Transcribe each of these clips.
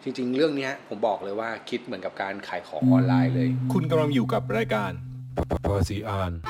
จริงๆเรื่องนี้ผมบอกเลยว่าคิดเหมือนกับการขายของออนไลน์เลยคุณกำลังอยู่กับรายการภาษีอ่าน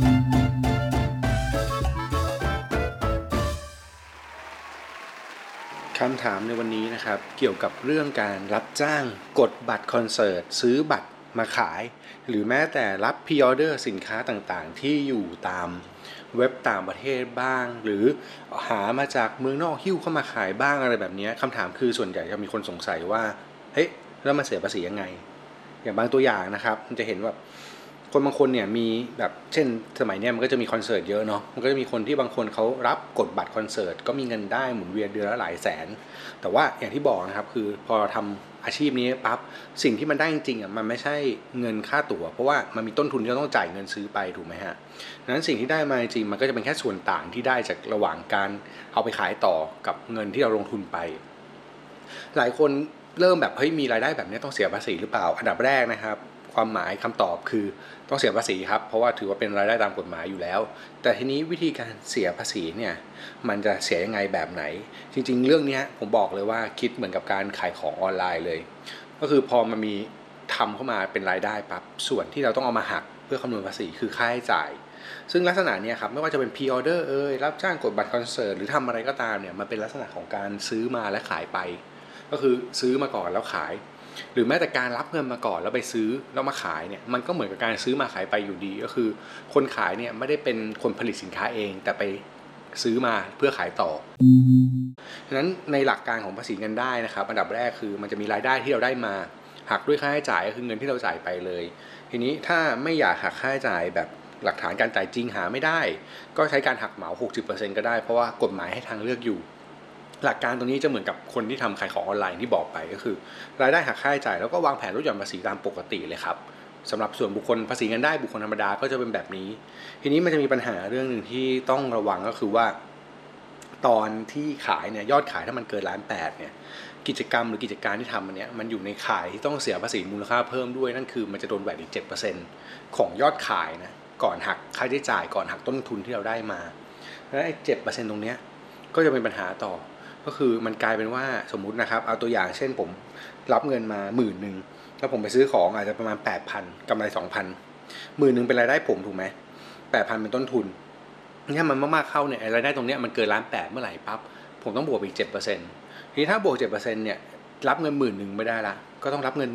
คำถามในวันนี้นะครับเกี่ยวกับเรื่องการรับจ้างกดบัตรคอนเสิร์ตซื้อบัตรมาขายหรือแม้แต่รับพรีออเดอร์สินค้าต่างๆที่อยู่ตามเว็บต่างประเทศบ้างหรือหามาจากเมืองนอกหิ้วเข้ามาขายบ้างอะไรแบบนี้คำถามคือส่วนใหญ่จะมีคนสงสัยว่าเฮ้ยแล้วมันเสียภาษียังไงอย่างบางตัวอย่างนะครับมันจะเห็นว่าคนบางคนเนี่ยมีแบบเช่นสมัยนี้มันก็จะมีคอนเสิร์ตเยอะเนาะมันก็จะมีคนที่บางคนเขารับกดบัตรคอนเสิร์ตก็มีเงินได้หมุนเวียนเดือนละหลายแสนแต่ว่าอย่างที่บอกนะครับคือพอทำอาชีพนี้ปั๊บสิ่งที่มันได้จริงๆอ่ะมันไม่ใช่เงินค่าตั๋วเพราะว่ามันมีต้นทุนที่เราต้องจ่ายเงินซื้อไปถูกไหมฮะดังนั้นสิ่งที่ได้มาจริงมันก็จะเป็นแค่ส่วนต่างที่ได้จากระหว่างการเอาไปขายต่อกับเงินที่เราลงทุนไปหลายคนเริ่มแบบเฮ้ยมีรายได้แบบนี้ต้องเสียภาษีหรือเปล่าอันดับแรกนะครับความหมายคำตอบคือต้องเสียภาษีครับเพราะว่าถือว่าเป็นรายได้ตามกฎหมายอยู่แล้วแต่ทีนี้วิธีการเสียภาษีเนี่ยมันจะเสียยังไงแบบไหนจริงๆเรื่องนี้ผมบอกเลยว่าคิดเหมือนกับการขายของออนไลน์เลยก็คือพอมันมีทำเข้ามาเป็นรายได้ปั๊บส่วนที่เราต้องเอามาหักเพื่อคำนวณภาษีคือค่าใช้จ่ายซึ่งลักษณะนี้ครับไม่ว่าจะเป็นพรีออเดอร์รับจ้างกดบัตรคอนเสิร์ตหรือทำอะไรก็ตามเนี่ยมันเป็นลักษณะของการซื้อมาและขายไปก็คือซื้อมาก่อนแล้วขายหรือแม้แต่การรับเงินมาก่อนแล้วไปซื้อแล้วมาขายเนี่ยมันก็เหมือนกับการซื้อมาขายไปอยู่ดีก็คือคนขายเนี่ยไม่ได้เป็นคนผลิตสินค้าเองแต่ไปซื้อมาเพื่อขายต่อฉะนั้นในหลักการของภาษีเงินได้นะครับอันดับแรกคือมันจะมีรายได้ที่เราได้มาหักด้วยค่าใช้จ่ายก็คือเงินที่เราจ่ายไปเลยทีนี้ถ้าไม่อยากหักค่าใช้จ่ายแบบหลักฐานการจ่ายจริงหาไม่ได้ก็ใช้การหักเหมา 60% ก็ได้เพราะว่ากฎหมายให้ทางเลือกอยู่หลักการตรงนี้จะเหมือนกับคนที่ทำขายของออนไลน์ที่บอกไปก็คือรายได้หักค่าใช้จ่ายแล้วก็วางแผนลดหย่อนภาษีตามปกติเลยครับสำหรับส่วนบุคคลภาษีเงินได้บุคคลธรรมดาก็จะเป็นแบบนี้ทีนี้มันจะมีปัญหาเรื่องนึงที่ต้องระวังก็คือว่าตอนที่ขายเนี่ยยอดขายถ้ามันเกิน1,800,000เนี่ยกิจกรรมหรือกิจการที่ทำอันนี้มันอยู่ในข่ายที่ต้องเสียภาษีมูลค่าเพิ่มด้วยนั่นคือมันจะโดนแวตอีก 7% ของยอดขายนะก่อนหักค่าใช้จ่ายก่อนหักต้นทุนที่เราได้มาและไอ้ 7% ตรงเนี้ยก็จะเป็นปัญหาต่อก็คือมันกลายเป็นว่าสมมุตินะครับเอาตัวอย่างเช่นผมรับเงินมา 10,000 แล้วผมไปซื้อของอาจจะประมาณ 8,000 กำไร 2,000 10,000 เป็นรายได้ผมถูกไหม 8,000 เป็นต้นทุนเนี่ยมันมากๆเข้าเนี่ยรายได้ตรงเนี้ยมันเกิน1,800,000เมื่อไหร่ปั๊บผมต้องบวกอีก 7% ทีนี้ถ้าบวก 7% เนี่ยรับเงิน 10,000 ไม่ได้ละก็ต้องรับเงิน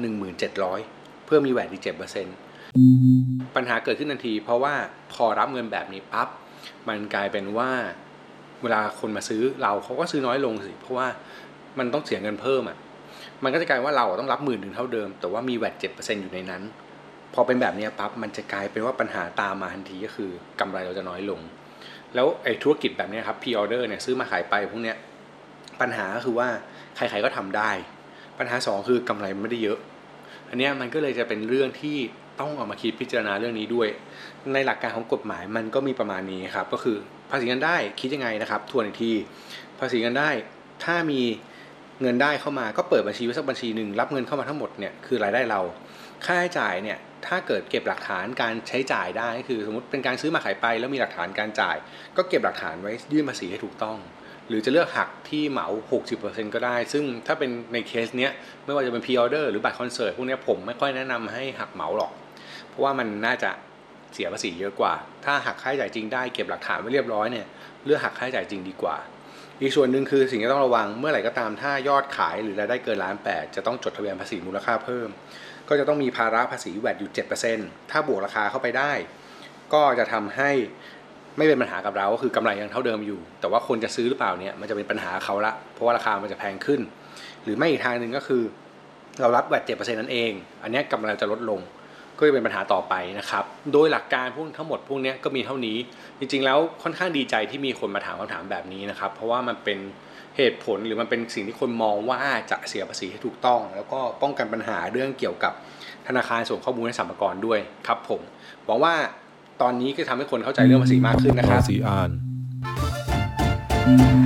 17,000 เพื่อมีแวตอีก 7% ปัญหาเกิดขึ้นทันทีเพราะว่าพอรับเงินแบบนี้ปั๊บมันกลายเป็นว่าเวลาคนมาซื้อเขาก็ซื้อน้อยลงสิเพราะว่ามันต้องเสียเงินเพิ่มอ่ะมันก็จะกลายว่าเราต้องรับ 10,000 เท่าเดิมแต่ว่ามีแวต 7% อยู่ในนั้นพอเป็นแบบนี้ปั๊บมันจะกลายเป็นว่าปัญหาตามมาทันทีก็คือกำไรเราจะน้อยลงแล้วไอ้ธุรกิจแบบนี้ครับพรีออเดอร์เนี่ยซื้อมาขายไปพวกเนี้ยปัญหาก็คือว่าใครๆก็ทำได้ปัญหา2คือกำไรไม่ได้เยอะอันนี้มันก็เลยจะเป็นเรื่องที่ต้องเอามาคิดพิจารณาเรื่องนี้ด้วยในหลักการของกฎหมายมันก็มีประมาณนี้ครับก็คือภาษีเงินได้คิดยังไงนะครับทวนอีกทีภาษีเงินได้ถ้ามีเงินได้เข้ามาก็เปิดบัญชีไว้สักบัญชีนึงรับเงินเข้ามาทั้งหมดเนี่ยคือรายได้เราค่าใช้จ่ายเนี่ยถ้าเกิดเก็บหลักฐานการใช้จ่ายได้คือสมมติเป็นการซื้อมาขายไปแล้วมีหลักฐานการจ่ายก็เก็บหลักฐานไว้ยื่นภาษีให้ถูกต้องหรือจะเลือกหักที่เหมา 60% ก็ได้ซึ่งถ้าเป็นในเคสเนี้ยไม่ว่าจะเป็นพรีออเดอร์หรือบัตรคอนเสิร์ตพวกนี้ผมไม่ค่อยแนะนำให้หักเหมาหรอกเพราะว่ามันน่าจะเสียภาษีเยอะกว่าถ้าหักค่าใช้จ่ายจริงได้เก็บหลักฐานไว้เรียบร้อยเนี่ยเลือกหักค่าใช้จ่ายจริงดีกว่าอีกส่วนหนึ่งคือสิ่งที่ต้องระวังเมื่อไหร่ก็ตามถ้ายอดขายหรือรายได้เกิน1,800,000จะต้องจดทะเบียนภาษีมูลค่าเพิ่มก็จะต้องมีภาระภาษีแวตอยู่ 7% ถ้าบวกราคาเข้าไปได้ก็จะทำให้ไม่เป็นปัญหากับเราก็คือกำไรยังเท่าเดิมอยู่แต่ว่าคนจะซื้อหรือเปล่าเนี่ยมันจะเป็นปัญหาเขาละเพราะว่าราคามันจะแพงขึ้นหรือไม่อีกทางนึงก็คือเรารับแวต 7% นั่นเองอันนี้กำไรจะลดลงก็จะเป็นปัญหาต่อไปนะครับโดยหลักการพวกทั้งหมดพวกนี้ก็มีเท่านี้จริงๆแล้วค่อนข้างดีใจที่มีคนมาถามคำถามแบบนี้นะครับเพราะว่ามันเป็นเหตุผลหรือมันเป็นสิ่งที่คนมองว่าจะเสียภาษีให้ถูกต้องแล้วก็ป้องกันปัญหาเรื่องเกี่ยวกับธนาคารส่งข้อมูลให้สรรพากรด้วยครับผมหวังว่าตอนนี้ก็ทำให้คนเข้าใจเรื่องภาษีมากขึ้นนะครับภาษีอ่าน